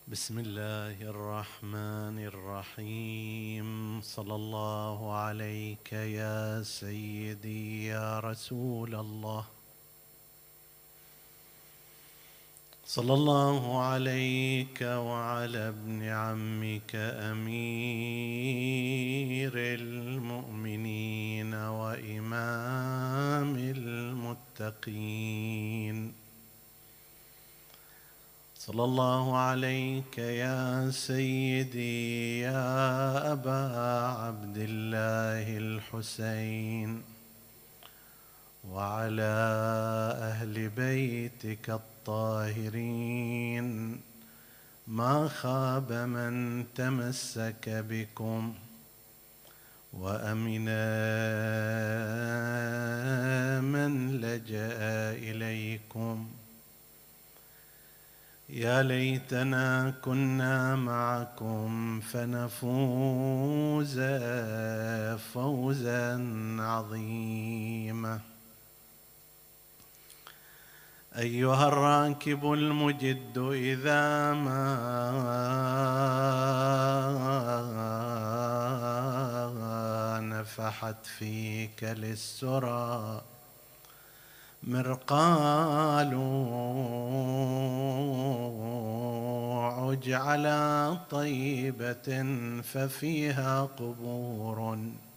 بسم الله الرحمن الرحيم. صلى الله عليك يا سيدي يا رسول الله. صلى الله عليك وعلى ابن عمك أمير المؤمنين وإمام المتقين. صلى الله عليك يا سيدي يا أبا عبد الله الحسين، وعلى أهل بيتك الطاهرين. ما خاب من تمسك بكم وأمن من لجأ إليكم. يا ليتنا كنا معكم فنفوز فوزا عظيما. أيها الراكب المجد، إذا ما نفحت فيك للسرى مرقال، عج على طيبة ففيها قبور،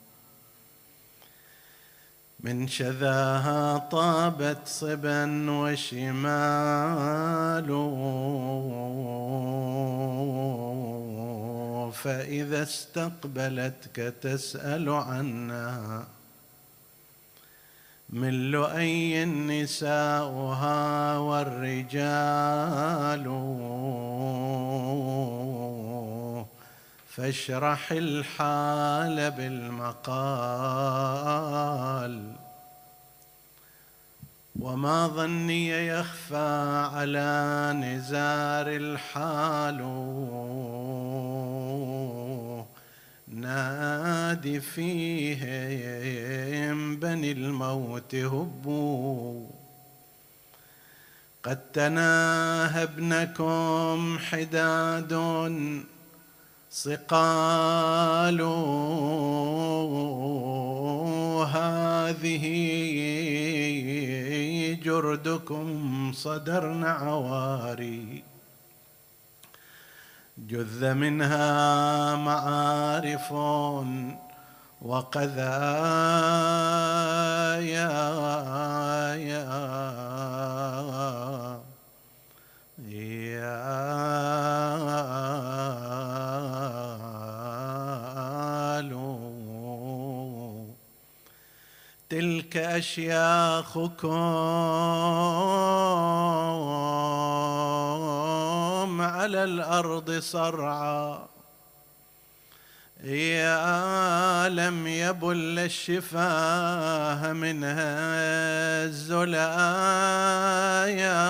من شذاها طابت صبا وشمال، فإذا استقبلتك تسأل عنها من لؤي نساؤها والرجال. فاشرح الحال بالمقال، وما ظني يخفى على نزار الحال. نادي فيهم بني الموت هبوا، قد تناهى ابنكم حداد صقال. هذه جردكم صدرن عواري، جذ منها معارف وقذايا. تلك أشياخكم على الأرض صرعى، يا لم يبل الشفاه منها الزلايا.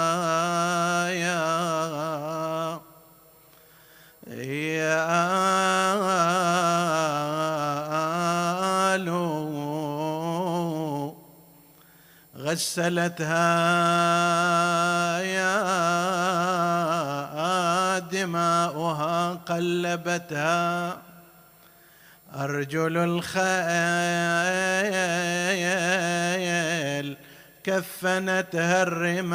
غسلتها يا دماؤها، قلبتها أرجل الخيل، كفنتها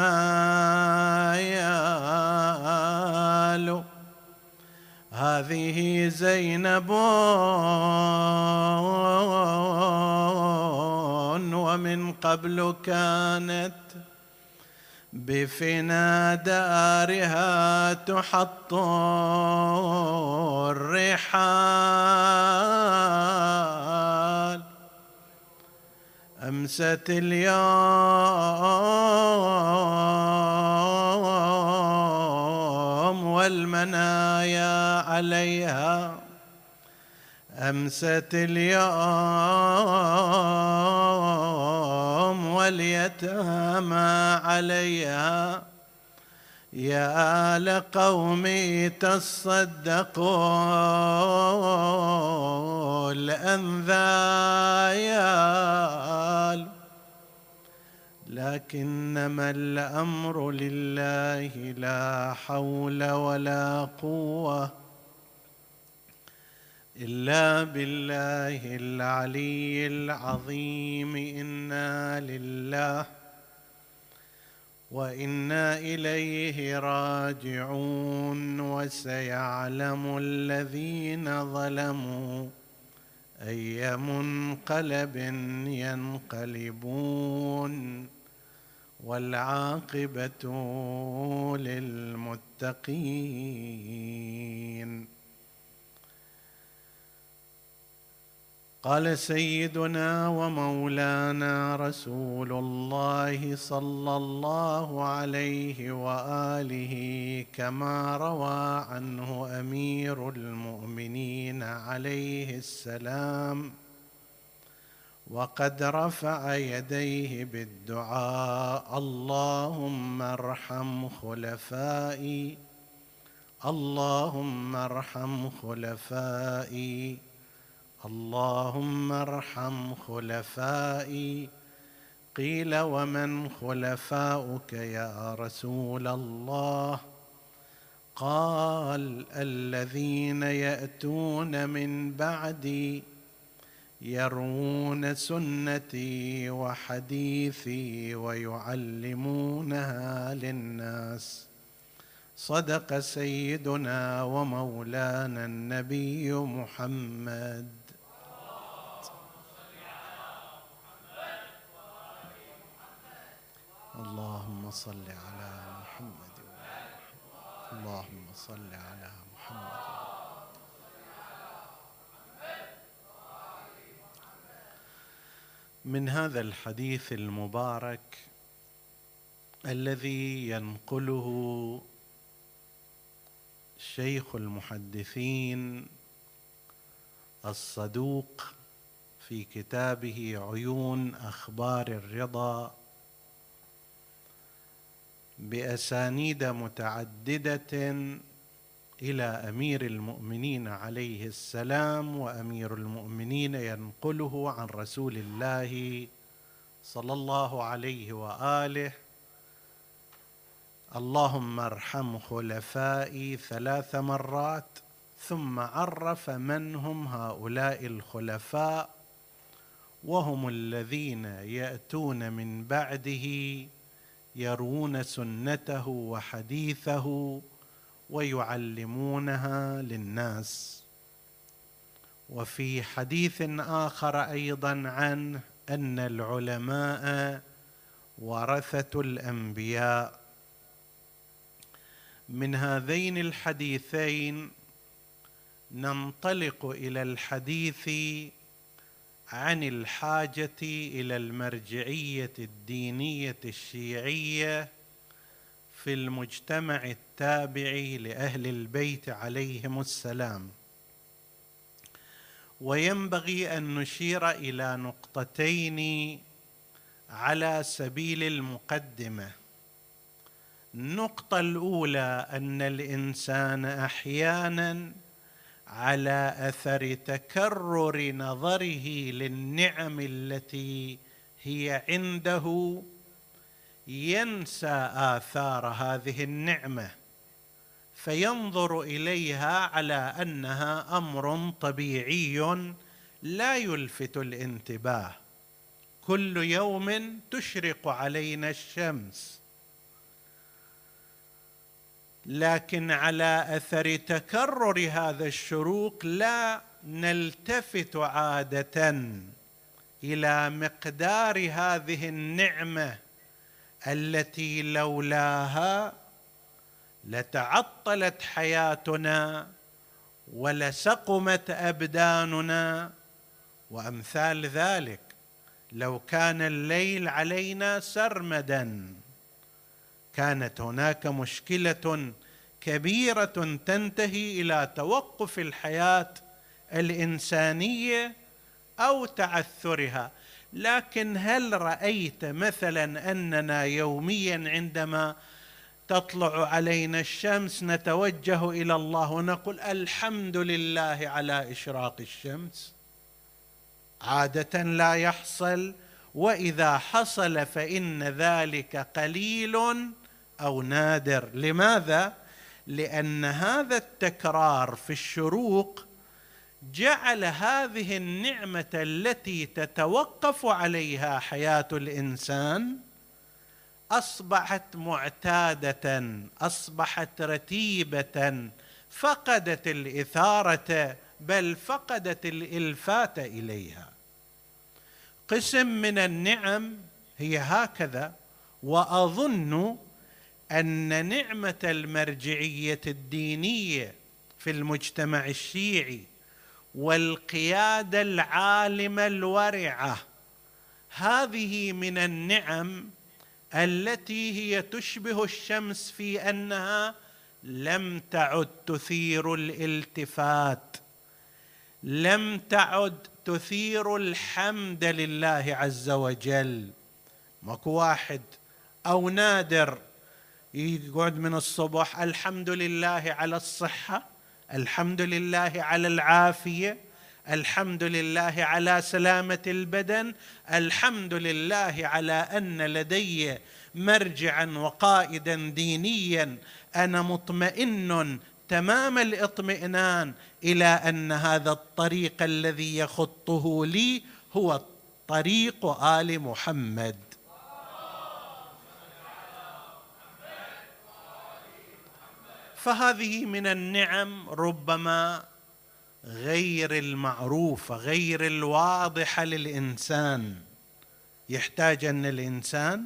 الرمايال. هذه زينب ومن قبل كانت بفنا دارها تحط الرحال. أمست اليوم والمنايا عليها، أمست اليوم واليتامى عليها. يا لقومي تصدقوا الأنذايا، لكنما الأمر لله لا حول ولا قوة إلا بالله العلي العظيم. إنا لله وإنا إليه راجعون. وسيعلم الذين ظلموا أي منقلب ينقلبون، والعاقبة للمتقين. قال سيدنا ومولانا رسول الله صلى الله عليه وآله كما روى عنه أمير المؤمنين عليه السلام، وقد رفع يديه بالدعاء: اللهم ارحم خلفائي، اللهم ارحم خلفائي، اللهم ارحم خلفائي. قيل: ومن خلفاؤك يا رسول الله؟ قال: الذين يأتون من بعدي يروون سنتي وحديثي ويعلمونها للناس. صدق سيدنا ومولانا النبي محمد. اللهم صل على محمد وآل محمد. اللهم صل على محمد. من هذا الحديث المبارك الذي ينقله شيخ المحدثين الصدوق في كتابه عيون أخبار الرضا بأسانيد متعددة إلى أمير المؤمنين عليه السلام، وأمير المؤمنين ينقله عن رسول الله صلى الله عليه وآله: اللهم ارحم خلفائي 3 مرات، ثم عرف من هم هؤلاء الخلفاء، وهم الذين يأتون من بعده يرون سنته وحديثه ويعلمونها للناس. وفي حديث آخر أيضا عنه أن العلماء ورثة الأنبياء. من هذين الحديثين ننطلق إلى الحديث عن الحاجة إلى المرجعية الدينية الشيعية في المجتمع التابع لأهل البيت عليهم السلام. وينبغي أن نشير إلى نقطتين على سبيل المقدمة. النقطة الأولى أن الإنسان أحياناً على أثر تكرر نظره للنعم التي هي عنده ينسى آثار هذه النعمة، فينظر إليها على أنها أمر طبيعي لا يلفت الانتباه. كل يوم تشرق علينا الشمس، لكن على أثر تكرر هذا الشروق لا نلتفت عادة إلى مقدار هذه النعمة التي لولاها لتعطلت حياتنا ولسقمت أبداننا وأمثال ذلك. لو كان الليل علينا سرمدا كانت هناك مشكلة كبيرة تنتهي إلى توقف الحياة الإنسانية أو تعثرها. لكن هل رأيت مثلا أننا يوميا عندما تطلع علينا الشمس نتوجه إلى الله ونقول الحمد لله على إشراق الشمس؟ عادة لا يحصل، وإذا حصل فإن ذلك قليل أو نادر. لماذا؟ لأن هذا التكرار في الشروق جعل هذه النعمة التي تتوقف عليها حياة الإنسان أصبحت معتادة، أصبحت رتيبة، فقدت الإثارة، بل فقدت الإلفات إليها. قسم من النعم هي هكذا. وأظن أن نعمة المرجعية الدينية في المجتمع الشيعي والقيادة العالمة الورعة هذه من النعم التي هي تشبه الشمس في أنها لم تعد تثير الالتفات، لم تعد تثير الحمد لله عز وجل. ماكو واحد أو نادر يقعد من الصبح الحمد لله على الصحة، الحمد لله على العافية، الحمد لله على سلامة البدن، الحمد لله على أن لدي مرجعا وقائدا دينيا أنا مطمئن تمام الاطمئنان إلى أن هذا الطريق الذي يخطه لي هو طريق آل محمد. فهذه من النعم ربما غير المعروفة، غير الواضحة للإنسان. يحتاج أن الإنسان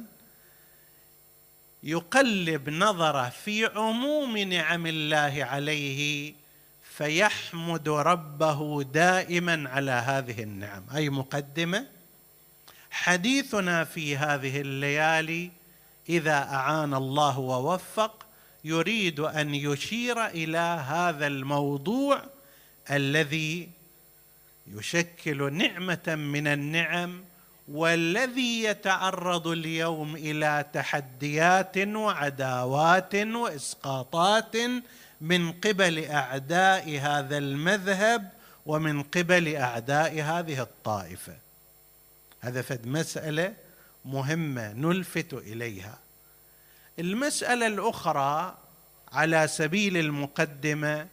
يقلب نظره في عموم نعم الله عليه فيحمد ربه دائما على هذه النعم. أي مقدمة. حديثنا في هذه الليالي إذا أعان الله ووفق يريد أن يشير إلى هذا الموضوع الذي يشكل نعمة من النعم، والذي يتعرض اليوم إلى تحديات وعداوات وإسقاطات من قبل أعداء هذا المذهب ومن قبل أعداء هذه الطائفة. هذا فد مسألة مهمة نلفت إليها. المسألة الأخرى على سبيل المقدمة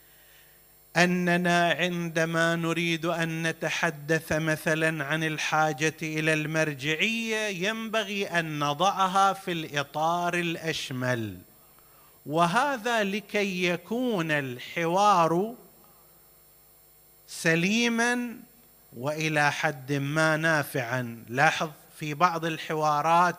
أننا عندما نريد أن نتحدث مثلا عن الحاجة إلى المرجعية ينبغي أن نضعها في الإطار الأشمل، وهذا لكي يكون الحوار سليما وإلى حد ما نافعا. لاحظ في بعض الحوارات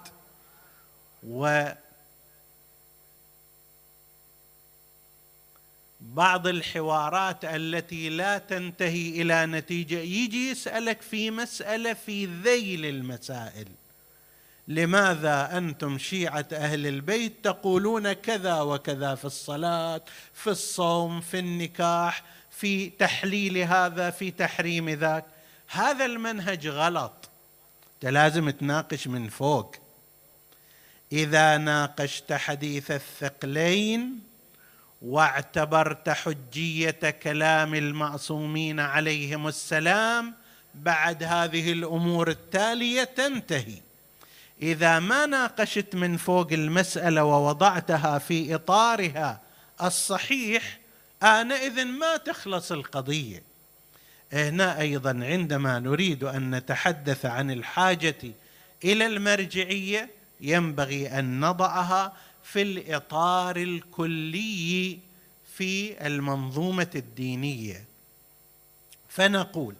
بعض الحوارات التي لا تنتهي إلى نتيجة يجي يسألك في مسألة في ذيل المسائل: لماذا أنتم شيعة أهل البيت تقولون كذا وكذا في الصلاة، في الصوم، في النكاح، في تحليل هذا، في تحريم ذاك؟ هذا المنهج غلط. أنت لازم تناقش من فوق. إذا ناقشت حديث الثقلين واعتبرت حجية كلام المعصومين عليهم السلام، بعد هذه الأمور التالية تنتهي. إذا ما ناقشت من فوق المسألة ووضعتها في إطارها الصحيح، آنئذ ما تخلص القضية. هنا أيضا عندما نريد أن نتحدث عن الحاجة إلى المرجعية ينبغي أن نضعها في الإطار الكلي في المنظومة الدينية. فنقول: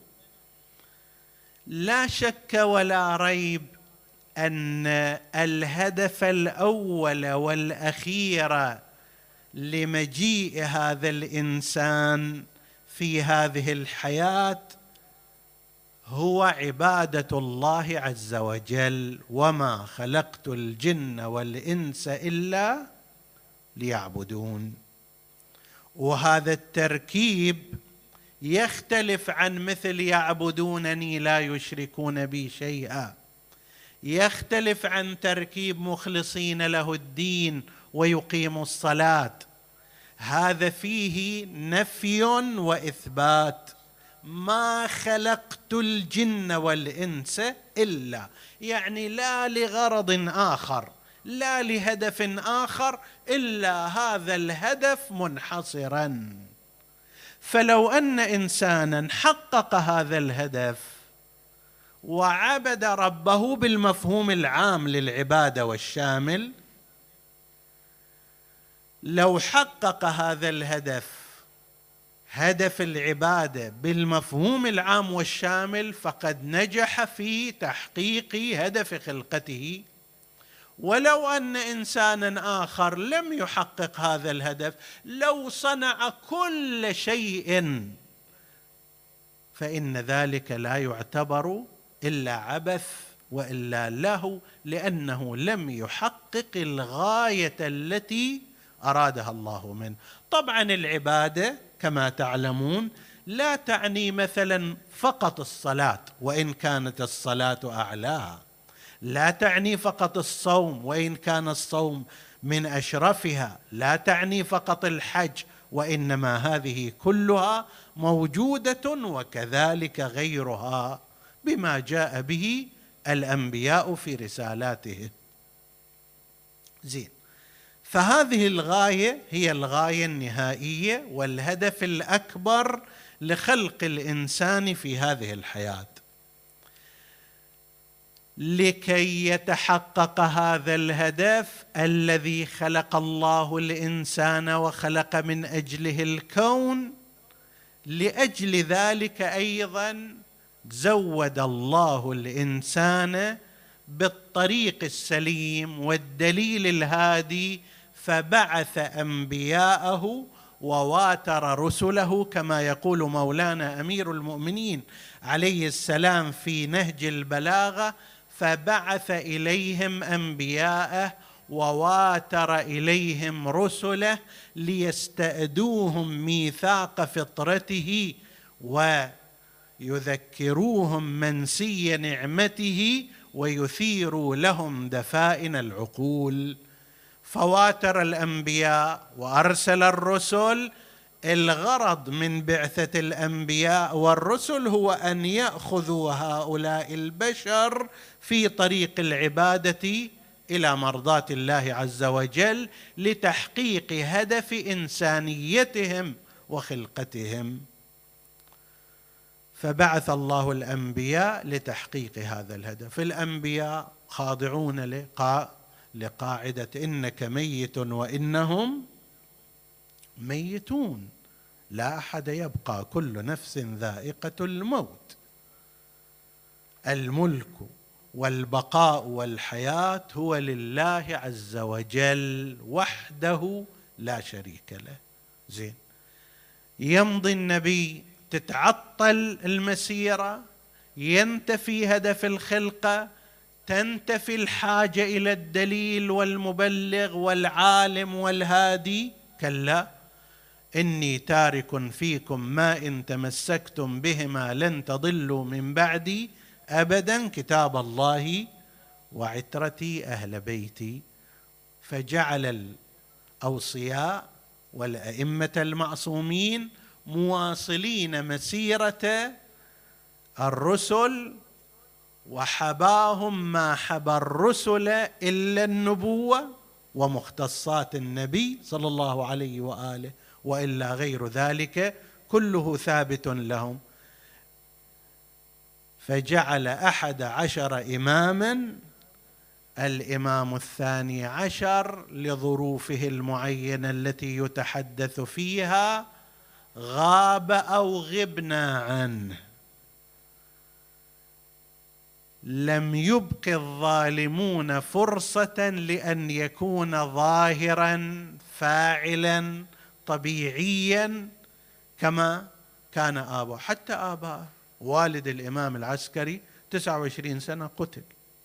لا شك ولا ريب أن الهدف الأول والأخير لمجيء هذا الإنسان في هذه الحياة هو عبادة الله عز وجل: وما خلقت الجن والإنس إلا ليعبدون. وهذا التركيب يختلف عن مثل يعبدونني لا يشركون بي شيئا، يختلف عن تركيب مخلصين له الدين ويقيموا الصلاة. هذا فيه نفي وإثبات. ما خلقت الجن والإنس إلا، يعني لا لغرض آخر، لا لهدف آخر إلا هذا الهدف منحصرا. فلو أن إنسانا حقق هذا الهدف وعبد ربه بالمفهوم العام للعبادة والشامل، لو حقق هذا الهدف، هدف العبادة بالمفهوم العام والشامل، فقد نجح في تحقيق هدف خلقته. ولو أن إنسانا آخر لم يحقق هذا الهدف، لو صنع كل شيء، فإن ذلك لا يعتبر إلا عبث وإلا لهو، لأنه لم يحقق الغاية التي أرادها الله منه. طبعا العبادة كما تعلمون لا تعني مثلا فقط الصلاة وإن كانت الصلاة أعلاها، لا تعني فقط الصوم وإن كان الصوم من أشرفها، لا تعني فقط الحج، وإنما هذه كلها موجودة وكذلك غيرها بما جاء به الأنبياء في رسالاتهم. زين، فهذه الغاية هي الغاية النهائية والهدف الأكبر لخلق الإنسان في هذه الحياة. لكي يتحقق هذا الهدف الذي خلق الله الإنسان وخلق من أجله الكون، لأجل ذلك أيضا زود الله الإنسان بالطريق السليم والدليل الهادي، فبعث أنبياءه وواتر رسله، كما يقول مولانا أمير المؤمنين عليه السلام في نهج البلاغة: فبعث إليهم أنبياءه وواتر إليهم رسله ليستأدوهم ميثاق فطرته ويذكروهم منسي نعمته ويثيروا لهم دفائن العقول. فواتر الأنبياء وأرسل الرسل. الغرض من بعثة الأنبياء والرسل هو أن يأخذوا هؤلاء البشر في طريق العبادة إلى مرضاة الله عز وجل، لتحقيق هدف إنسانيتهم وخلقتهم. فبعث الله الأنبياء لتحقيق هذا الهدف. الأنبياء خاضعون لقاعدة إنك ميت وإنهم ميتون، لا أحد يبقى، كل نفس ذائقة الموت. الملك والبقاء والحياة هو لله عز وجل وحده لا شريك له. زين، يمضي النبي، تتعطل المسيرة، ينتفي هدف الخلقة، تنتفي الحاجة إلى الدليل والمبلغ والعالم والهادي. كلا، إني تارك فيكم ما إن تمسكتم بهما لن تضلوا من بعدي أبدا، كتاب الله وعترتي أهل بيتي. فجعل الأوصياء والأئمة المعصومين مواصلين مسيرة الرسل، وحباهم ما حبى الرسل إلا النبوة ومختصات النبي صلى الله عليه وآله، وإلا غير ذلك كله ثابت لهم. فجعل 11 إماما، الإمام 12 لظروفه المعينة التي يتحدث فيها غاب أو غبنا عنه. لم يبق الظالمون فرصة لأن يكون ظاهرا فاعلا طبيعيا كما كان آباؤه. حتى آباؤه، والد الإمام العسكري 29 سنة قتل،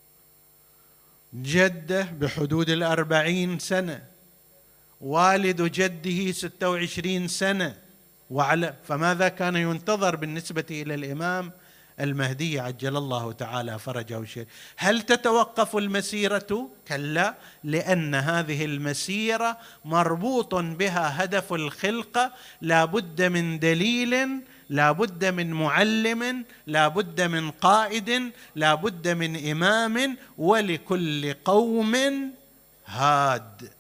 جده بحدود 40 سنة، والد جده 26 سنة، فماذا كان ينتظر بالنسبة إلى الإمام المهدي عجل الله تعالى فرجه الشريف؟ هل تتوقف المسيرة؟ كلا، لأن هذه المسيرة مربوط بها هدف الخلقة، لا بد من دليل لا بد من معلم، لا بد من قائد، لا بد من إمام، ولكل قوم هاد.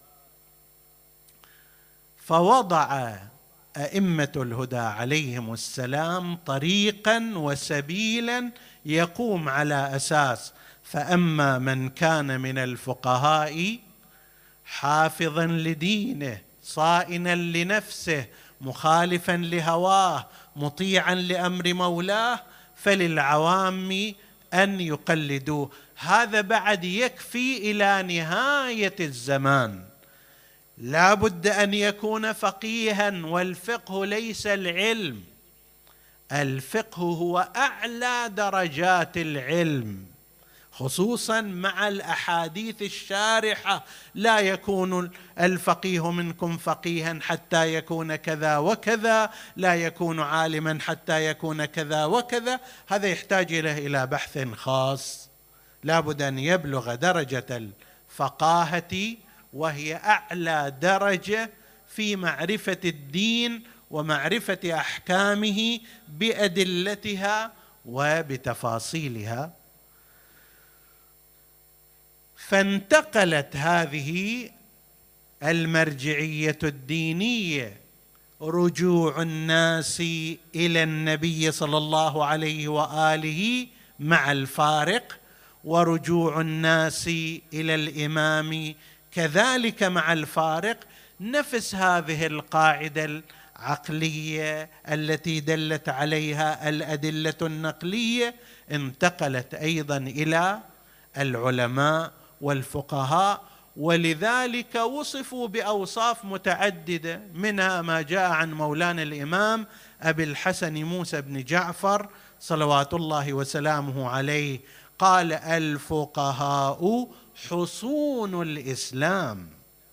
فوضع أئمة الهدى عليهم السلام طريقا وسبيلا يقوم على أساس: فأما من كان من الفقهاء حافظا لدينه صائنا لنفسه مخالفا لهواه مطيعا لأمر مولاه فللعوام أن يقلدوه. هذا بعد يكفي إلى نهاية الزمان. لا بد أن يكون فقيها، والفقه ليس العلم، الفقه هو أعلى درجات العلم، خصوصا مع الأحاديث الشارحة: لا يكون الفقيه منكم فقيها حتى يكون كذا وكذا، لا يكون عالما حتى يكون كذا وكذا. هذا يحتاج إلى بحث خاص. لا بد أن يبلغ درجة الفقاهة، وهي أعلى درجة في معرفة الدين ومعرفة أحكامه بأدلتها وبتفاصيلها. فانتقلت هذه المرجعية الدينية، رجوع الناس إلى النبي صلى الله عليه وآله مع الفارق، ورجوع الناس إلى الإمام كذلك مع الفارق. نفس هذه القاعدة العقلية التي دلت عليها الأدلة النقلية انتقلت أيضا إلى العلماء والفقهاء، ولذلك وصفوا بأوصاف متعددة، منها ما جاء عن مولانا الإمام أبي الحسن موسى بن جعفر صلوات الله وسلامه عليه، قال: الفقهاء حصون الإسلام.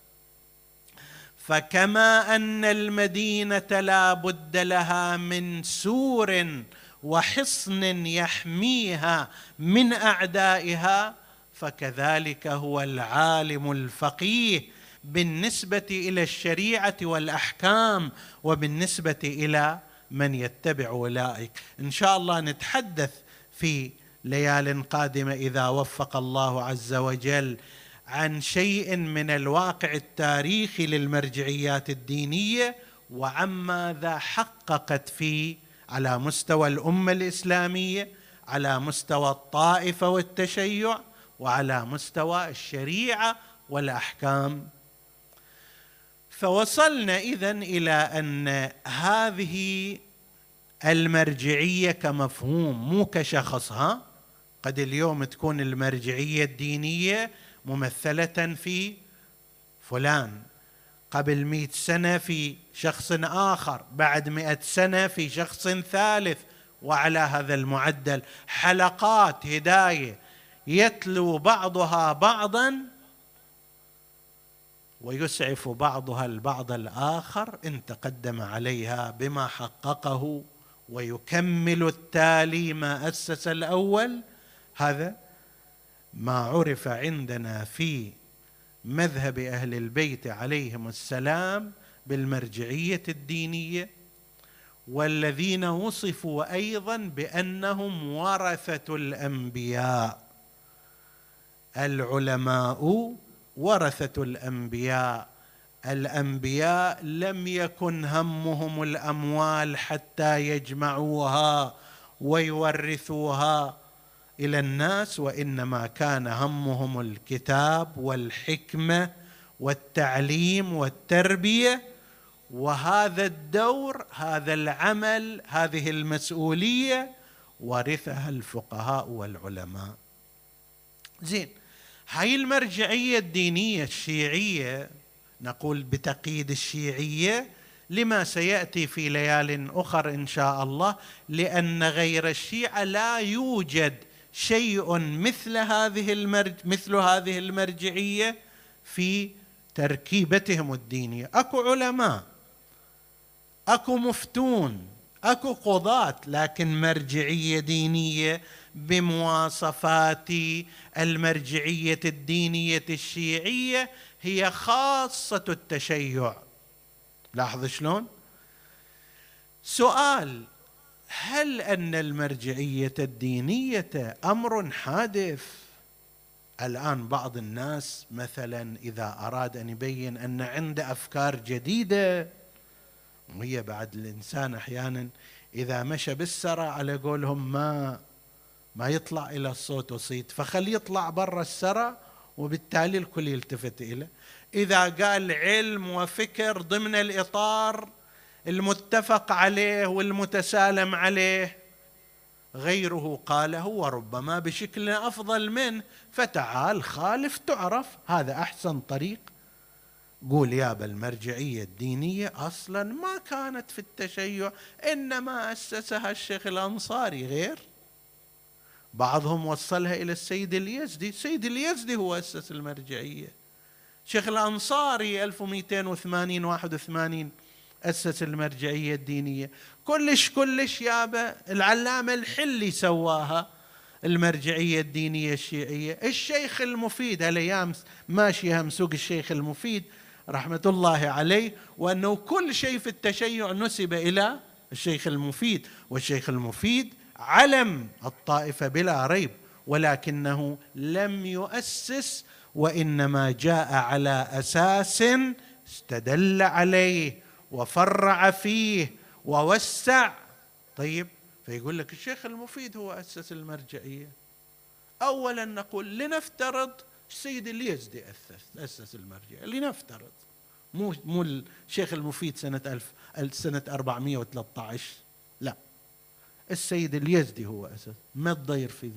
فكما أن المدينة لا بد لها من سور وحصن يحميها من أعدائها، فكذلك هو العالم الفقيه بالنسبة إلى الشريعة والأحكام وبالنسبة إلى من يتبع أولئك. إن شاء الله نتحدث في ليال قادمة إذا وفق الله عز وجل عن شيء من الواقع التاريخي للمرجعيات الدينية، وعماذا حققت فيه على مستوى الأمة الإسلامية، على مستوى الطائفة والتشيع، وعلى مستوى الشريعة والأحكام. فوصلنا إذن إلى أن هذه المرجعية كمفهوم مو كشخصها. قد اليوم تكون المرجعية الدينية ممثلة في فلان، قبل 100 سنة في شخص آخر، بعد 100 سنة في شخص ثالث، وعلى هذا المعدل حلقات هداية يتلو بعضها بعضا ويسعف بعضها البعض الآخر إن تقدم عليها بما حققه، ويكمل التالي ما أسس الأول. هذا ما عرف عندنا في مذهب أهل البيت عليهم السلام بالمرجعية الدينية، والذين وصفوا أيضا بأنهم ورثة الأنبياء. العلماء ورثة الأنبياء. الأنبياء لم يكن همهم الأموال حتى يجمعوها ويورثوها إلى الناس، وإنما كان همهم الكتاب والحكمة والتعليم والتربية. وهذا الدور، هذا العمل، هذه المسؤولية ورثها الفقهاء والعلماء. زين، هاي المرجعية الدينية الشيعية، نقول بتقييد الشيعية لما سيأتي في ليال أخر إن شاء الله، لأن غير الشيعة لا يوجد شيء مثل هذه المرجعية في تركيبتهم الدينية. أكو علماء، أكو مفتون، أكو قضاة، لكن مرجعية دينية بمواصفات المرجعية الدينية الشيعية هي خاصة التشيع. لاحظ شلون؟ سؤال: هل أن المرجعية الدينية أمر حادث؟ الآن بعض الناس مثلا إذا أراد أن يبين أن عنده أفكار جديدة، وهي بعد الإنسان أحيانا إذا مشى بالسرى على قولهم ما يطلع إلى الصوت وصيت، فخليه يطلع برا السرى وبالتالي الكل يلتفت إليه. إذا قال علم وفكر ضمن الإطار المتفق عليه والمتسالم عليه غيره قاله وربما بشكل أفضل منه، فتعال خالف تعرف. هذا أحسن طريق. قول يابا المرجعية الدينية أصلا ما كانت في التشيع، إنما أسسها الشيخ الأنصاري. غير بعضهم وصلها إلى السيد اليزدي. السيد اليزدي هو أسس المرجعية. الشيخ الأنصاري 1281 أسس المرجعية الدينية. كلش يابا العلامة الحلي سواها المرجعية الدينية الشيعية. الشيخ المفيد هالأيام ماشي هم سوق الشيخ المفيد رحمة الله عليه، وأنه كل شيء في التشيع نسب إلى الشيخ المفيد، والشيخ المفيد علم الطائفة بلا ريب، ولكنه لم يؤسس، وإنما جاء على أساس استدل عليه وفرع فيه ووسع. طيب، فيقول لك الشيخ المفيد هو أسس المرجعية. أولا نقول لنفترض السيد اليزدي أسس المرجعية، لنفترض مو الشيخ المفيد سنة 413، لا، السيد اليزدي هو أسس. ما الضير في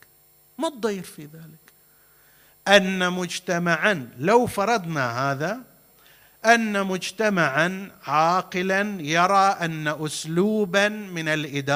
ذلك؟ أن مجتمعا، لو فرضنا هذا، أن مجتمعا عاقلا يرى أن أسلوبا من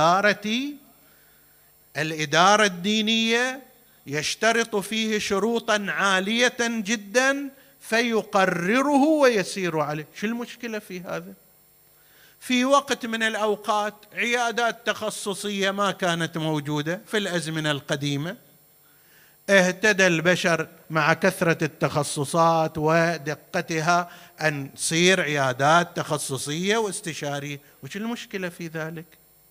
الإدارة الدينية يشترط فيه شروطا عالية جدا فيقرره ويسير عليه. شو المشكلة في هذا؟ في وقت من الأوقات عيادات تخصصية ما كانت موجودة في الأزمنة القديمة، اهتدى البشر مع كثرة التخصصات ودقتها أن تصير عيادات تخصصية واستشارية. وش المشكلة في ذلك؟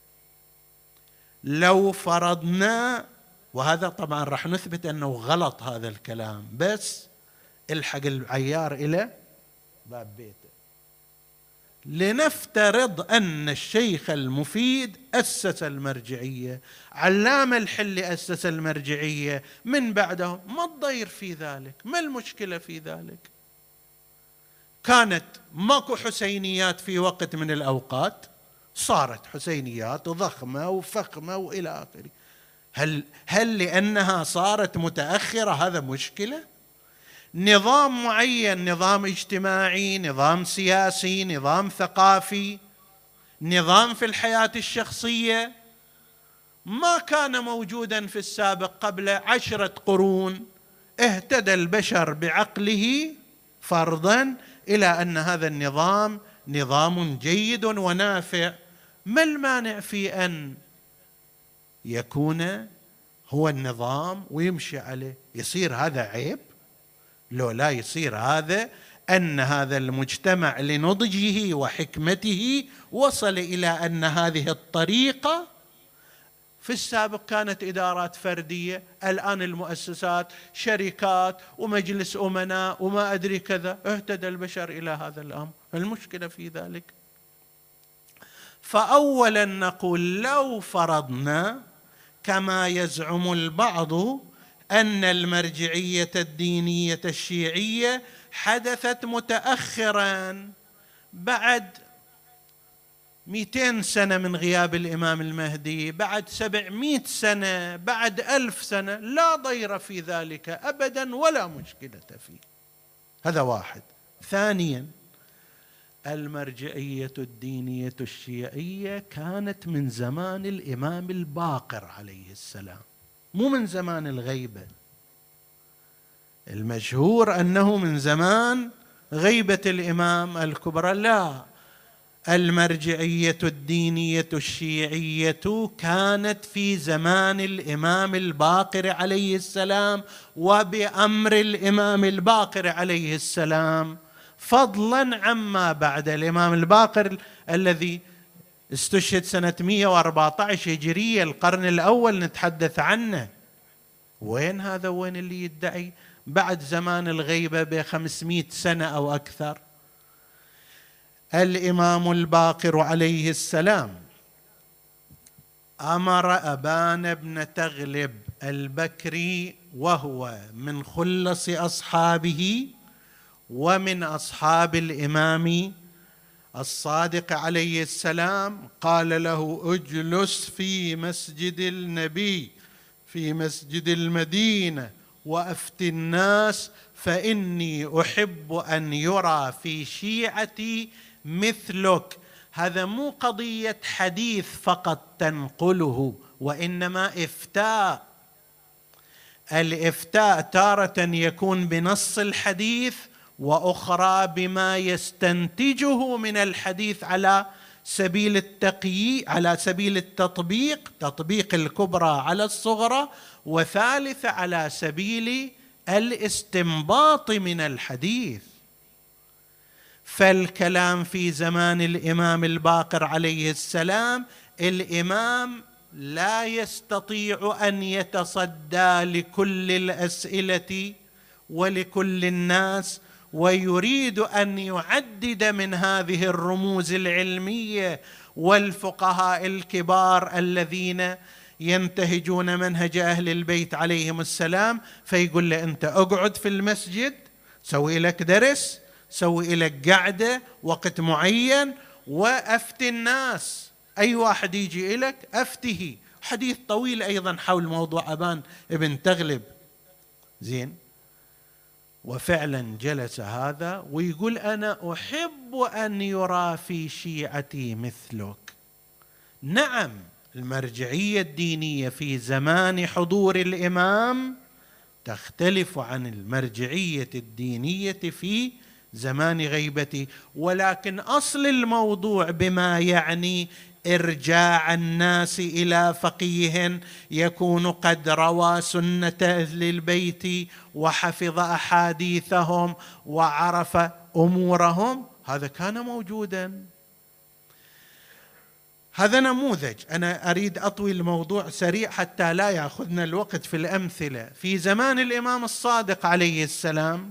لو فرضنا، وهذا طبعا راح نثبت أنه غلط هذا الكلام، بس الحق العيار إلى باب بيته. لنفترض أن الشيخ المفيد أسس المرجعية، علامة الحلي أسس المرجعية، من بعده ما الضير في ذلك؟ ما المشكلة في ذلك؟ كانت ماكو حسينيات في وقت من الأوقات، صارت حسينيات ضخمة وفخمة وإلى آخره. هل لأنها صارت متأخرة هذا مشكلة؟ نظام معين، نظام اجتماعي، نظام سياسي، نظام ثقافي، نظام في الحياة الشخصية ما كان موجودا في السابق قبل 10 قرون، اهتدى البشر بعقله فرضا إلى أن هذا النظام نظام جيد ونافع. ما المانع في أن يكون هو النظام ويمشي عليه؟ يصير هذا عيب؟ لو لا يصير هذا أن هذا المجتمع لنضجه وحكمته وصل إلى أن هذه الطريقة. في السابق كانت إدارات فردية، الآن المؤسسات شركات ومجلس أمناء وما أدري كذا، اهتدى البشر إلى هذا الأمر. المشكلة في ذلك. فأولا نقول لو فرضنا كما يزعم البعض أن المرجعية الدينية الشيعية حدثت متأخرا بعد 200 سنة من غياب الإمام المهدي، بعد 700 سنة، بعد 1000 سنة، لا ضير في ذلك أبدا ولا مشكلة فيه. هذا واحد. ثانيا، المرجعية الدينية الشيعية كانت من زمان الإمام الباقر عليه السلام، مو من زمان الغيبة. المشهور أنه من زمان غيبة الإمام الكبرى، لا، المرجعية الدينية الشيعية كانت في زمان الإمام الباقر عليه السلام وبأمر الإمام الباقر عليه السلام، فضلا عما بعد الإمام الباقر الذي استشهد سنة 114 هجرية، القرن الأول نتحدث عنه. وين هذا؟ وين اللي يدعي بعد زمان الغيبة ب500 سنة أو أكثر؟ الإمام الباقر عليه السلام أمر أبان بن تغلب البكري، وهو من خلص أصحابه ومن أصحاب الإمام الصادق عليه السلام، قال له: اجلس في مسجد النبي في مسجد المدينة وأفت الناس، فإني أحب أن يرى في شيعتي مثلك. هذا مو قضية حديث فقط تنقله، وإنما إفتاء. الإفتاء تارة يكون بنص الحديث، وأخرى بما يستنتجه من الحديث على سبيل على سبيل التطبيق، تطبيق الكبرى على الصغرى، وثالثة على سبيل الاستنباط من الحديث. فالكلام في زمان الإمام الباقر عليه السلام، الإمام لا يستطيع أن يتصدى لكل الأسئلة ولكل الناس، ويريد أن يعدد من هذه الرموز العلمية والفقهاء الكبار الذين ينتهجون منهج أهل البيت عليهم السلام، فيقول له: أنت أقعد في المسجد، سوي لك درس، سوي لك قعدة وقت معين، وأفت الناس، أي واحد يجي إليك أفته. حديث طويل أيضا حول موضوع أبان ابن تغلب. زين، وفعلا جلس هذا ويقول: أنا أحب أن يرى في شيعتي مثلك. نعم، المرجعية الدينية في زمان حضور الإمام تختلف عن المرجعية الدينية في زمان غيبته، ولكن أصل الموضوع بما يعني إرجاع الناس إلى فقيه يكون قد روى سنة أهل البيت وحفظ أحاديثهم وعرف أمورهم، هذا كان موجودا. هذا نموذج. أنا أريد أطوي الموضوع سريع حتى لا يأخذنا الوقت في الأمثلة. في زمان الإمام الصادق عليه السلام،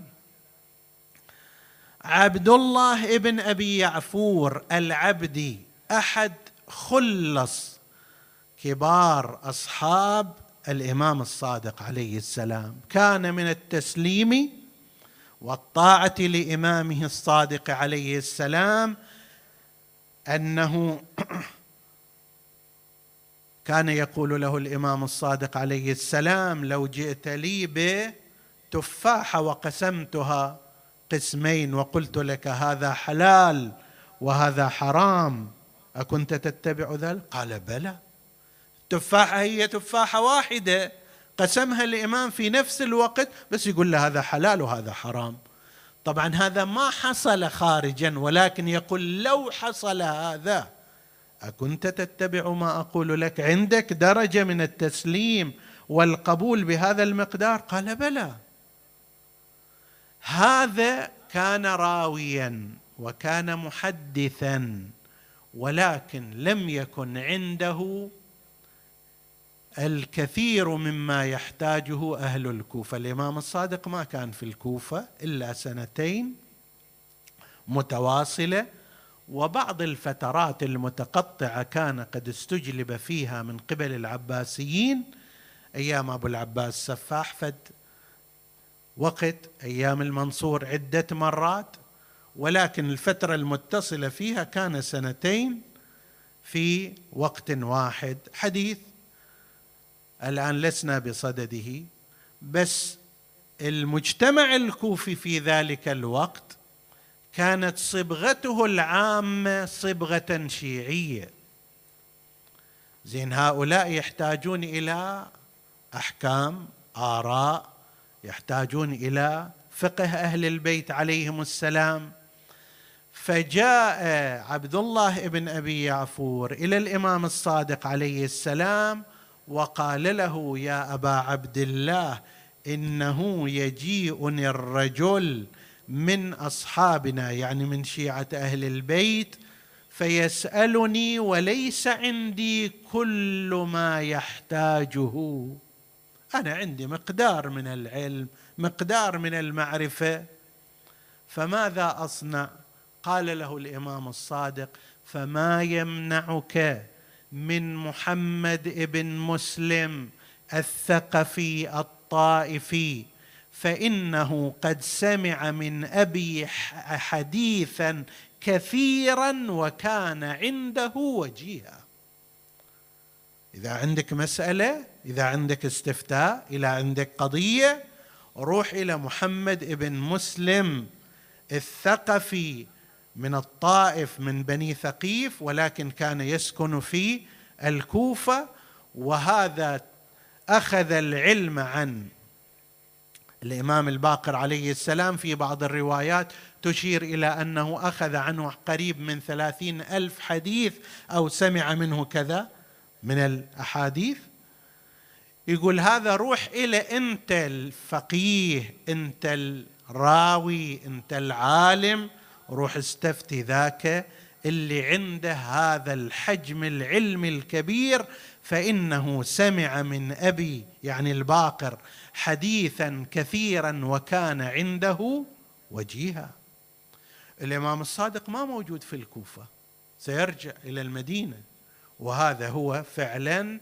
عبد الله ابن أبي يعفور العبدي، أحد خلص كبار أصحاب الإمام الصادق عليه السلام، كان من التسليم والطاعة لإمامه الصادق عليه السلام أنه كان يقول له الإمام الصادق عليه السلام: لو جئت لي بتفاحة وقسمتها قسمين وقلت لك هذا حلال وهذا حرام، أكنت تتبع ذلك؟ قال: بلى. التفاحة هي تفاحة واحدة قسمها الإمام في نفس الوقت، بس يقول له هذا حلال وهذا حرام. طبعا هذا ما حصل خارجا، ولكن يقول: لو حصل هذا أكنت تتبع ما أقول لك؟ عندك درجة من التسليم والقبول بهذا المقدار؟ قال: بلى. هذا كان راويا وكان محدثا، ولكن لم يكن عنده الكثير مما يحتاجه أهل الكوفة. الإمام الصادق ما كان في الكوفة إلا 2 متواصلة، وبعض الفترات المتقطعة كان قد استجلب فيها من قبل العباسيين أيام أبو العباس سفاح فد وقت، أيام المنصور عدة مرات، ولكن الفترة المتصلة فيها كان 2 في وقت واحد. حديث الآن لسنا بصدده، بس المجتمع الكوفي في ذلك الوقت كانت صبغته العامة صبغة شيعية. زين، هؤلاء يحتاجون إلى أحكام، آراء، يحتاجون إلى فقه أهل البيت عليهم السلام. فجاء عبد الله ابن أبي يعفور إلى الإمام الصادق عليه السلام وقال له: يا أبا عبد الله، إنه يجيئني الرجل من أصحابنا، يعني من شيعة أهل البيت، فيسألني وليس عندي كل ما يحتاجه. أنا عندي مقدار من العلم، مقدار من المعرفة، فماذا أصنع؟ قال له الإمام الصادق: فما يمنعك من محمد ابن مسلم الثقفي الطائفي، فإنه قد سمع من أبي حديثا كثيرا وكان عنده وجيها. إذا عندك مسألة، إذا عندك استفتاء، إذا عندك قضية، روح إلى محمد ابن مسلم الثقفي من الطائف، من بني ثقيف، ولكن كان يسكن في الكوفة، وهذا أخذ العلم عن الإمام الباقر عليه السلام. في بعض الروايات تشير إلى أنه أخذ عنه قريب من 30,000 حديث أو سمع منه كذا من الأحاديث. يقول هذا روح إلى أنت الفقيه، أنت الراوي، أنت العالم، روح استفتي ذاك اللي عنده هذا الحجم العلمي الكبير، فإنه سمع من أبي يعني الباقر حديثا كثيرا وكان عنده وجيها. الإمام الصادق ما موجود في الكوفة، سيرجع إلى المدينة، وهذا هو فعلا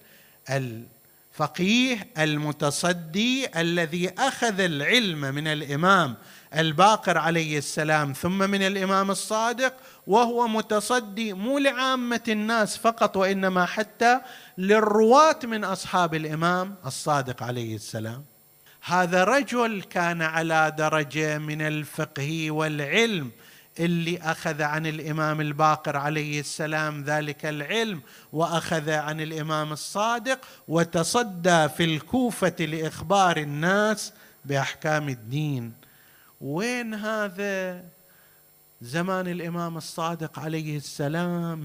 الفقيه المتصدي الذي أخذ العلم من الإمام الباقر عليه السلام ثم من الإمام الصادق، وهو متصدي مو لعامة الناس فقط، وإنما حتى للرواة من أصحاب الإمام الصادق عليه السلام. هذا رجل كان على درجة من الفقه والعلم، اللي أخذ عن الإمام الباقر عليه السلام ذلك العلم، وأخذ عن الإمام الصادق، وتصدى في الكوفة لإخبار الناس بأحكام الدين. وين هذا؟ زمان الإمام الصادق عليه السلام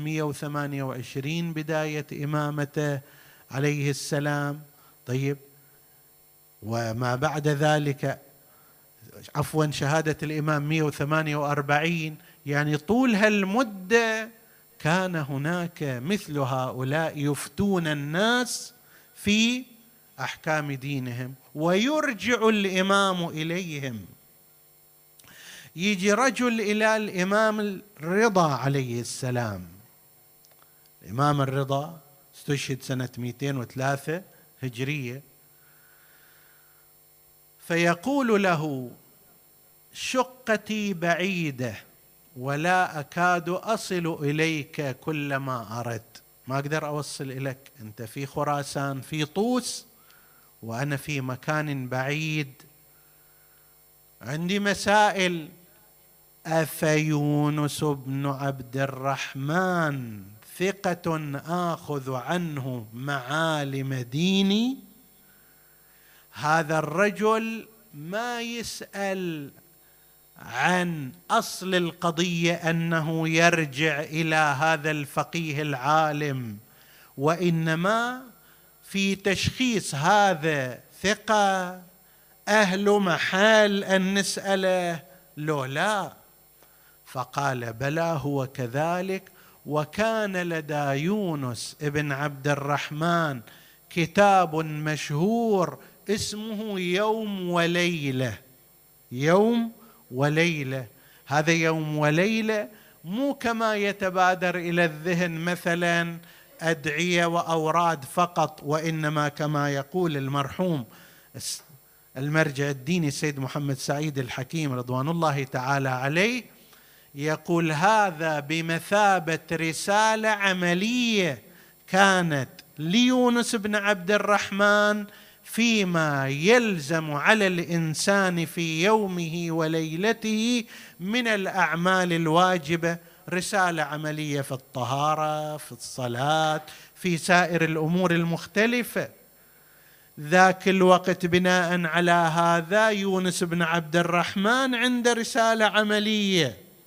128 بداية إمامته عليه السلام. طيب، وما بعد ذلك شهادة الإمام 148، يعني طول هالمدة كان هناك مثل هؤلاء يفتون الناس في أحكام دينهم، ويرجع الإمام إليهم. يجي رجل إلى الإمام الرضا عليه السلام. الإمام الرضا استشهد سنة 203 هجرية، فيقول له: شقتي بعيدة ولا أكاد أصل إليك كلما أردت. ما أقدر أوصل إليك، أنت في خراسان في طوس وأنا في مكان بعيد، عندي مسائل. أفيونس بن عبد الرحمن ثقة آخذ عنه معالم ديني؟ هذا الرجل ما يسأل عن أصل القضية أنه يرجع إلى هذا الفقيه العالم، وإنما في تشخيص هذا ثقة أهل محال أن نسأله لو لا. فقال: بلى هو كذلك. وكان لدى يونس ابن عبد الرحمن كتاب مشهور اسمه يوم وليلة. يوم وليلة، هذا يوم وليلة مو كما يتبادر إلى الذهن مثلا أدعية وأوراد فقط، وإنما كما يقول المرحوم المرجع الديني سيد محمد سعيد الحكيم رضوان الله تعالى عليه، يقول: هذا بمثابة رسالة عملية كانت ليونس بن عبد الرحمن فيما يلزم على الإنسان في يومه وليلته من الأعمال الواجبة، رسالة عملية في الطهارة، في الصلاة، في سائر الأمور المختلفة. ذاك الوقت بناء على هذا يونس بن عبد الرحمن عنده رسالة عملية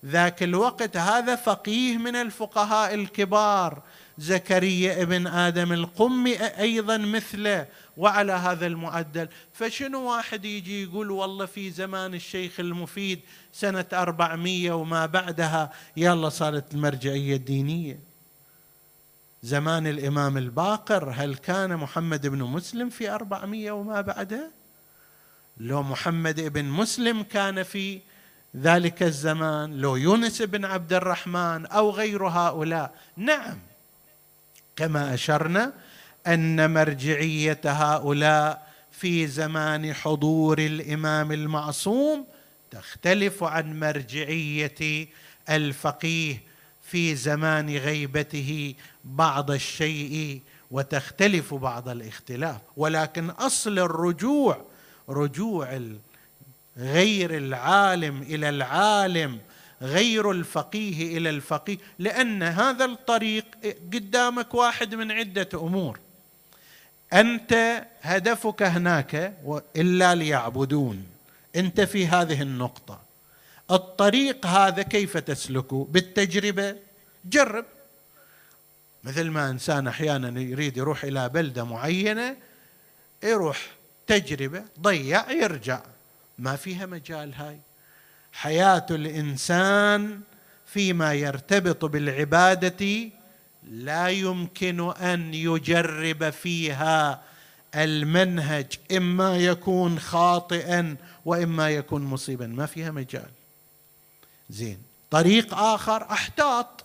ذاك الوقت هذا فقيه من الفقهاء الكبار، زكريا ابن آدم القمي أيضا مثله وعلى هذا المعدل. فشنو واحد يجي يقول والله في زمان الشيخ المفيد سنة 400 وما بعدها يلا صارت المرجعية الدينية؟ زمان الإمام الباقر هل كان محمد بن مسلم في 400 وما بعده؟ لو محمد بن مسلم كان في ذلك الزمان، لو يونس بن عبد الرحمن أو غير هؤلاء، نعم، كما أشرنا أن مرجعية هؤلاء في زمان حضور الإمام المعصوم تختلف عن مرجعية الفقيه في زمان غيبته بعض الشيء، وتختلف بعض الاختلاف، ولكن أصل الرجوع رجوع غير العالم إلى العالم، غير الفقيه إلى الفقيه، لأن هذا الطريق قدامك واحد من عدة أمور. أنت هدفك هناك إلا ليعبدون، أنت في هذه النقطة. الطريق هذا كيف تسلكه؟ بالتجربة. جرب، مثل ما إنسان أحيانا يريد يروح إلى بلدة معينة، يروح تجربة، ضيع يرجع، ما فيها مجال. هاي حياة الإنسان فيما يرتبط بالعبادة لا يمكن أن يجرب فيها المنهج، إما يكون خاطئا وإما يكون مصيبا، ما فيها مجال. زين، طريق آخر أحتاط،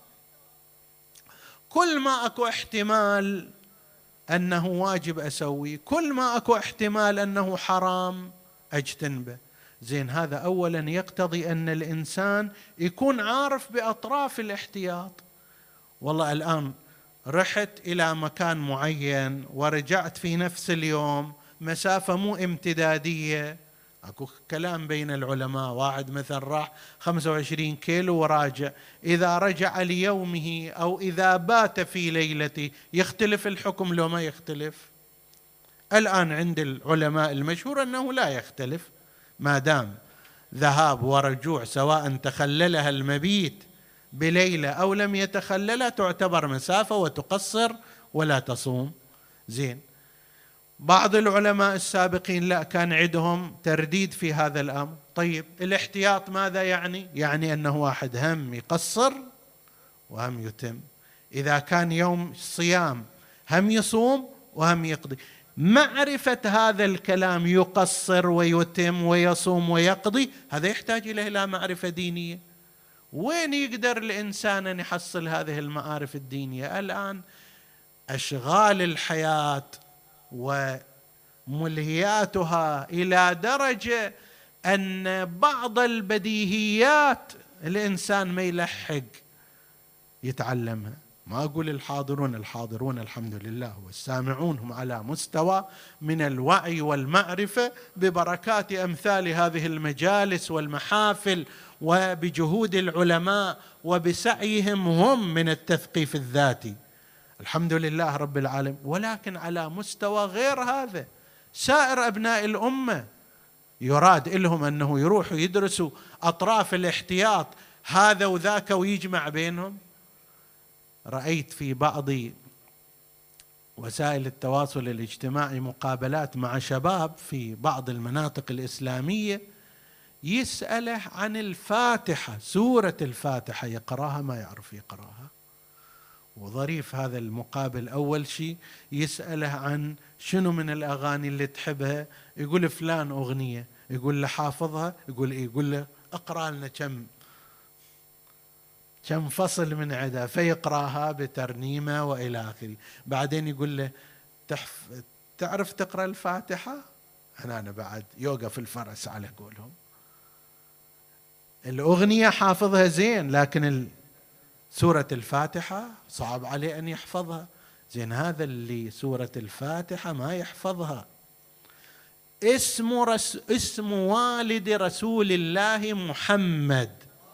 كل ما أكو احتمال أنه واجب أسوي، كل ما أكو احتمال أنه حرام أجتنبه. زين، هذا أولا يقتضي أن الإنسان يكون عارف بأطراف الاحتياط. والله الآن رحت إلى مكان معين ورجعت في نفس اليوم، مسافة مو امتدادية، أكو كلام بين العلماء، واحد مثلا راح 25 كيلو وراجع، إذا رجع ليومه أو إذا بات في ليلته يختلف الحكم لو ما يختلف؟ الآن عند العلماء المشهور أنه لا يختلف، ما دام ذهاب ورجوع سواء تخللها المبيت بليلة أو لم يتخللها تعتبر مسافة وتقصر ولا تصوم. زين، بعض العلماء السابقين لا، كان عندهم ترديد في هذا الأمر. طيب الاحتياط ماذا يعني؟ يعني أنه واحد هم يقصر وهم يتم، إذا كان يوم صيام هم يصوم وهم يقضي. معرفة هذا الكلام يقصر ويتم ويصوم ويقضي، هذا يحتاج إلى معرفة دينية. وين يقدر الإنسان أن يحصل هذه المعارف الدينية؟ الآن أشغال الحياة وملهياتها إلى درجة أن بعض البديهيات الإنسان ما يلحق يتعلمها. ما أقول الحاضرون الحمد لله والسامعون هم على مستوى من الوعي والمعرفة ببركات أمثال هذه المجالس والمحافل، وبجهود العلماء وبسعيهم هم من التثقيف الذاتي، الحمد لله رب العالمين. ولكن على مستوى غير هذا، سائر أبناء الأمة يراد لهم أنه يروحوا يدرسوا أطراف الاحتياط هذا وذاك ويجمع بينهم. رأيت في بعض وسائل التواصل الاجتماعي مقابلات مع شباب في بعض المناطق الإسلامية يسأله عن الفاتحة، سورة الفاتحة يقراها ما يعرف يقراها. وظريف هذا المقابل، أول شيء يسأله عن شنو من الأغاني اللي تحبها، يقول فلان أغنية، يقول له حافظها، يقول له اقرأ لنا كم فصل من عدها، فيقراها بترنيمة وإلى آخره. بعدين يقول له تعرف تقرأ الفاتحة؟ أنا بعد يوقف الفرس على قولهم. الأغنية حافظها زين، لكن سورة الفاتحة صعب عليه أن يحفظها. زين، هذا اللي سورة الفاتحة ما يحفظها، اسم والد رسول الله محمد،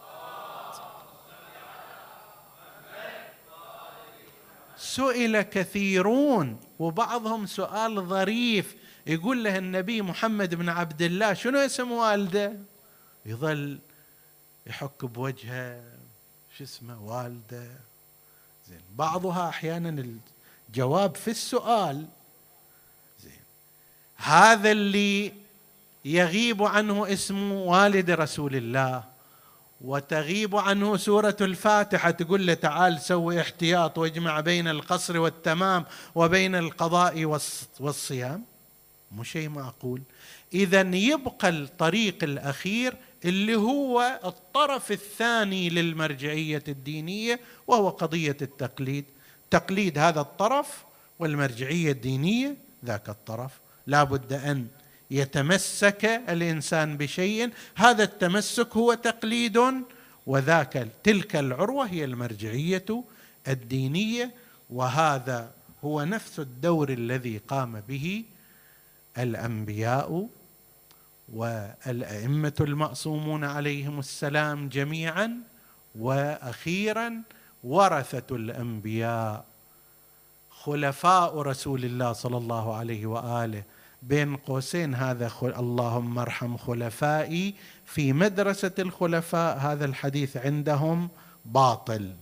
سئل كثيرون وبعضهم سؤال ظريف، يقول له النبي محمد بن عبد الله شنو اسم والده؟ يظل يحك بوجهه شو اسمه والده. زين بعضها أحيانا الجواب في السؤال. زين هذا اللي يغيب عنه اسم والد رسول الله وتغيب عنه سورة الفاتحة، تقول له تعال سوي احتياط واجمع بين القصر والتمام وبين القضاء والصيام، مو شيء معقول. إذن يبقى الطريق الأخير اللي هو الطرف الثاني للمرجعية الدينية، وهو قضية التقليد. تقليد هذا الطرف والمرجعية الدينية ذاك الطرف. لا بد أن يتمسك الإنسان بشيء، هذا التمسك هو تقليد، وذاك تلك العروة هي المرجعية الدينية. وهذا هو نفس الدور الذي قام به الأنبياء والأئمة المعصومون عليهم السلام جميعا، وأخيرا ورثة الأنبياء خلفاء رسول الله صلى الله عليه وآله. بين قوسين هذا اللهم ارحم خلفائي في مدرسة الخلفاء، هذا الحديث عندهم باطل.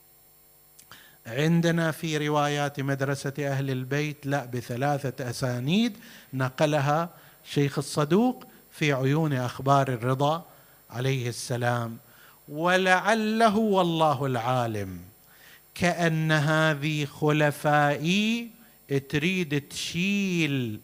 عندنا في روايات مدرسة أهل البيت لا، بثلاثة أسانيد نقلها شيخ الصدوق في عيون أخبار الرضا عليه السلام. ولعله والله العالم كأن هذه خلفائي تريد تشيل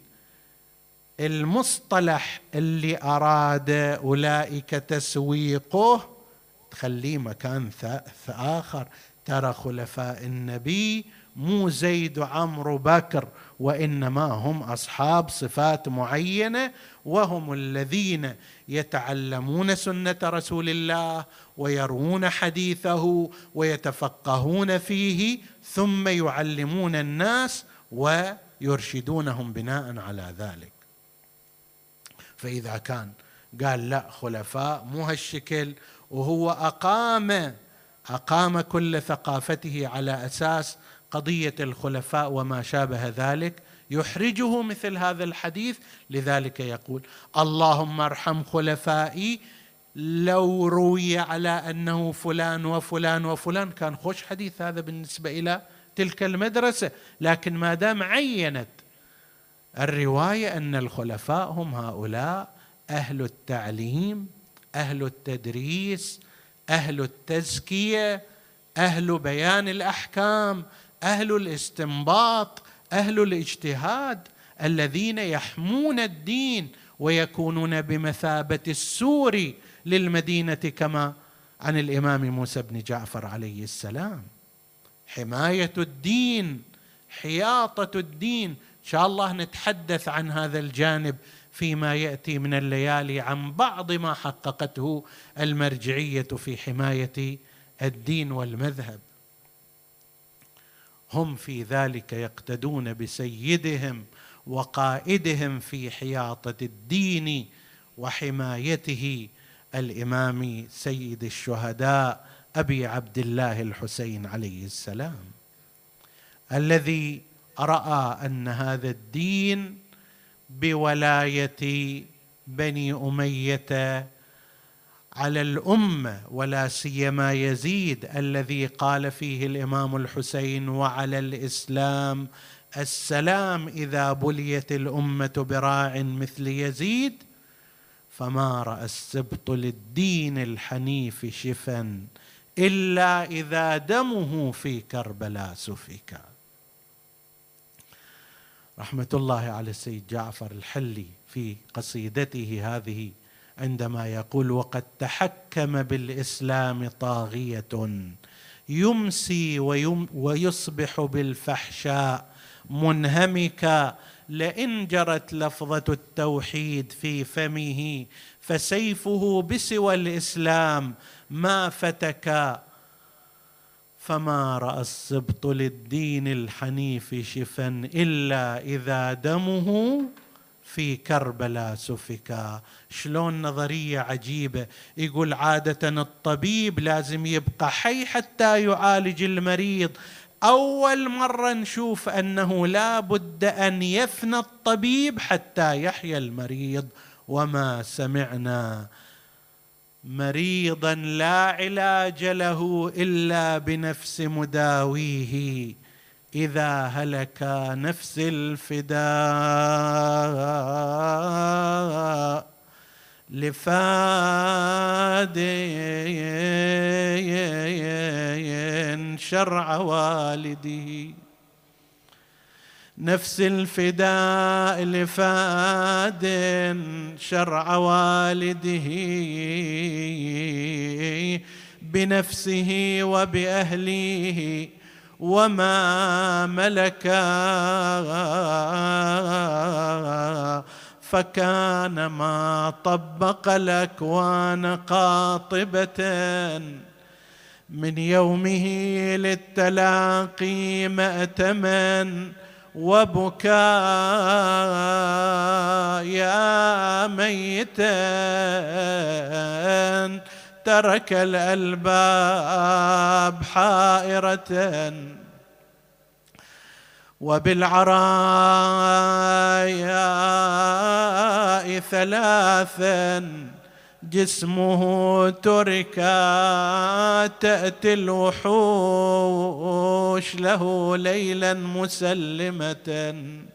المصطلح اللي أراد أولئك تسويقه، تخليه مكان آخر. ترى خلفاء النبي مو زيد وعمرو بكر، وإنما هم أصحاب صفات معينة، وهم الذين يتعلمون سنة رسول الله ويروون حديثه ويتفقهون فيه، ثم يعلمون الناس ويرشدونهم بناء على ذلك. فإذا كان قال لا خلفاء مو هالشكل، وهو أقام كل ثقافته على أساس قضية الخلفاء وما شابه ذلك، يحرجه مثل هذا الحديث. لذلك يقول اللهم ارحم خلفائي. لو روي على أنه فلان وفلان وفلان كان خوش حديث هذا بالنسبة إلى تلك المدرسة، لكن ما دام عينت الرواية أن الخلفاء هم هؤلاء أهل التعليم، أهل التدريس، أهل التزكية، أهل بيان الأحكام، أهل الاستنباط، أهل الاجتهاد، الذين يحمون الدين ويكونون بمثابة السور للمدينة، كما عن الإمام موسى بن جعفر عليه السلام. حماية الدين، حياطة الدين. إن شاء الله نتحدث عن هذا الجانب فيما يأتي من الليالي، عن بعض ما حققته المرجعية في حماية الدين والمذهب. هم في ذلك يقتدون بسيدهم وقائدهم في حياطة الدين وحمايته، الإمام سيد الشهداء أبي عبد الله الحسين عليه السلام، الذي رأى أن هذا الدين بولاية بني أمية على الأمة، ولا سيما يزيد الذي قال فيه الإمام الحسين وعلى الإسلام السلام إذا بليت الأمة براع مثل يزيد، فما رأى السبط للدين الحنيف شفا إلا إذا دمه في كربلاء سفكا. رحمة الله على السيد جعفر الحلي في قصيدته هذه عندما يقول وقد تحكم بالإسلام طاغية يمسي ويصبح بالفحشاء منهمكا، لئن جرت لفظة التوحيد في فمه فسيفه بسوى الإسلام ما فتكا، فما رأى السبط للدين الحنيف شفا إلا إذا دمه في كربلاء سفكا. شلون نظرية عجيبة. يقول عادة الطبيب لازم يبقى حي حتى يعالج المريض. أول مرة نشوف أنه لا بد أن يفنى الطبيب حتى يحيا المريض. وما سمعنا مريضا لا علاج له إلا بنفس مداويه، إذا هلك نفس الفداء لفاد شرع والده. نفس الفداء لفاد شرع والده بنفسه وبأهله وما ملكا، فكان ما طبق الأكوان قاطبة من يومه للتلاقي مأتما وبكاء يا ميتا ترك الألباب حائرة، وبالعرايا ثلاثا جسمه تركا، تأتي الوحوش له ليلا مسلمة،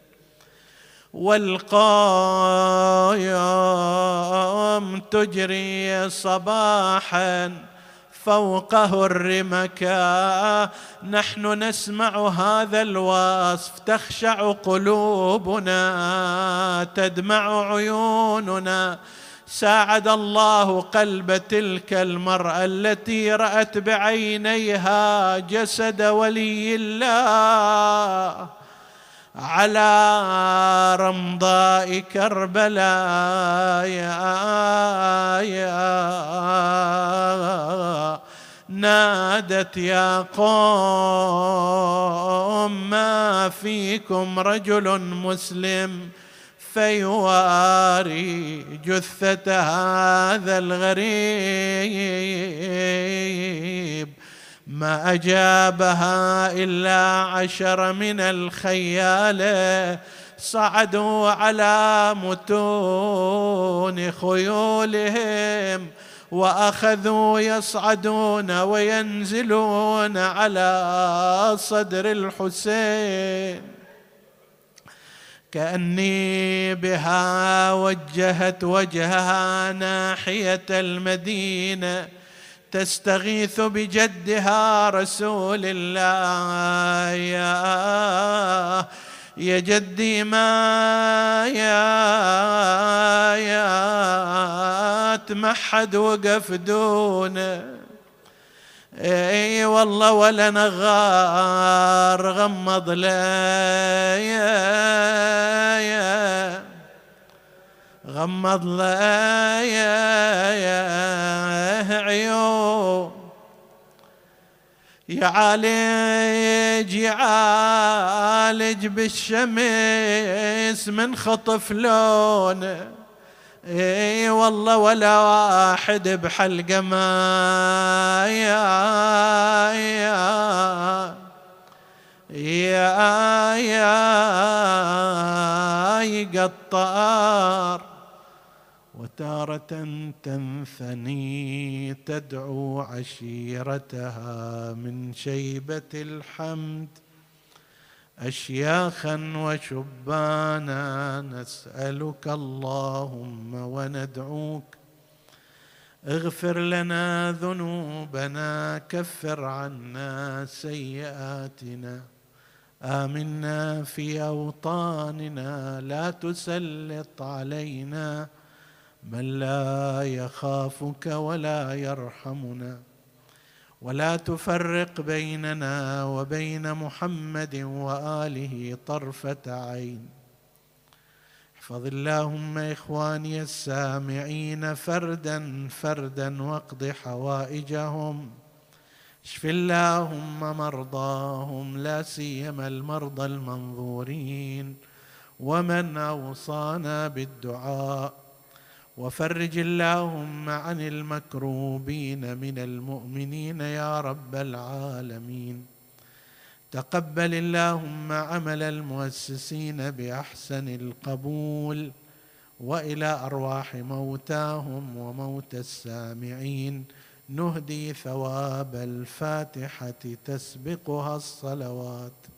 والقايم تجري صباحا فوقه الرمكا. نحن نسمع هذا الوصف تخشع قلوبنا تدمع عيوننا. ساعد الله قلب تلك المرأة التي رأت بعينيها جسد ولي الله على رمضاء كربلاء. نادت يا قوم ما فيكم رجل مسلم فيواري جثة هذا الغريب. ما أجابها إلا 10 من الخيالة، صعدوا على متون خيولهم وأخذوا يصعدون وينزلون على صدر الحسين. كأني بها وجهت وجهها ناحية المدينة تستغيث بجدها رسول الله. يا جدي ما يا تمحد وقف دونه. اي والله ولا نغار غمض لي غمض لي عيون. يعالج بالشمس من خطف لونه. اي والله ولا واحد بحلقه ما يقطر. وتارة تنثني تدعو عشيرتها من شيبة الحمد أشياخا وشبانا نسألك اللهم وندعوك اغفر لنا ذنوبنا كفر عنا سيئاتنا آمنا في أوطاننا لا تسلط علينا من لا يخافك ولا يرحمنا ولا تفرق بيننا وبين محمد وآله طرفة عين. احفظ اللهم إخواني السامعين فردا فردا واقض حوائجهم. اشف اللهم مرضاهم لا سيما المرضى المنظورين ومن أوصانا بالدعاء. وفرج اللهم عن المكروبين من المؤمنين يا رب العالمين. تقبل اللهم عمل المؤسسين بأحسن القبول وإلى أرواح موتاهم وموتى السامعين نهدي ثواب الفاتحة تسبقها الصلوات.